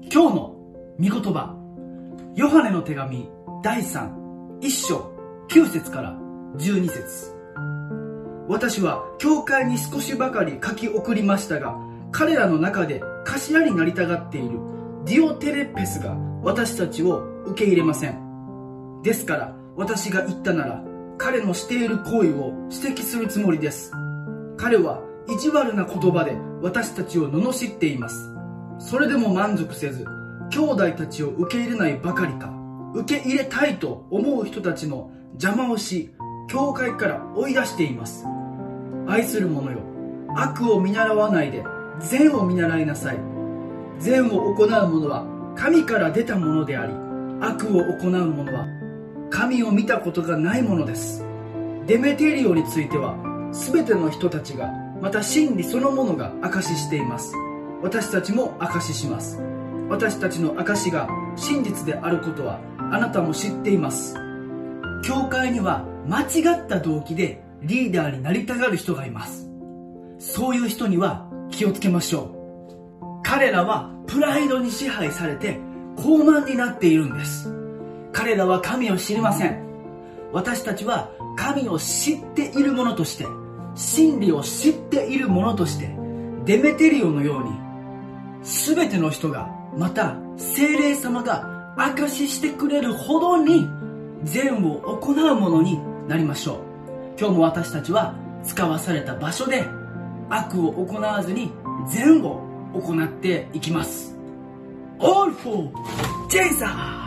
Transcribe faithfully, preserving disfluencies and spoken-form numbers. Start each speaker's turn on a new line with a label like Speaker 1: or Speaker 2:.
Speaker 1: 今日の御言葉、ヨハネの手紙だいさん、いっ章きゅう節からじゅうに節。私は教会に少しばかり書き送りましたが、彼らの中で頭になりたがっているディオテレペスが私たちを受け入れません。ですから私が言ったなら、彼のしている行為を指摘するつもりです。彼は意地悪な言葉で私たちを罵っています。それでも満足せず、兄弟たちを受け入れないばかりか、受け入れたいと思う人たちの邪魔をし、教会から追い出しています。愛する者よ、悪を見習わないで善を見習いなさい。善を行う者は神から出たものであり、悪を行う者は神を見たことがないものです。デメテリオについては、すべての人たちが、また真理そのものが証ししています。私たちも証しします。私たちの証しが真実であることはあなたも知っています。教会には間違った動機でリーダーになりたがる人がいます。そういう人には気をつけましょう。彼らはプライドに支配されて傲慢になっているんです。彼らは神を知りません。私たちは神を知っている者として、真理を知っている者として、デメテリオのように全ての人が、また聖霊様が証ししてくれるほどに善を行うものになりましょう。今日も私たちは使わされた場所で悪を行わずに善を行っていきます。 All for Jesus!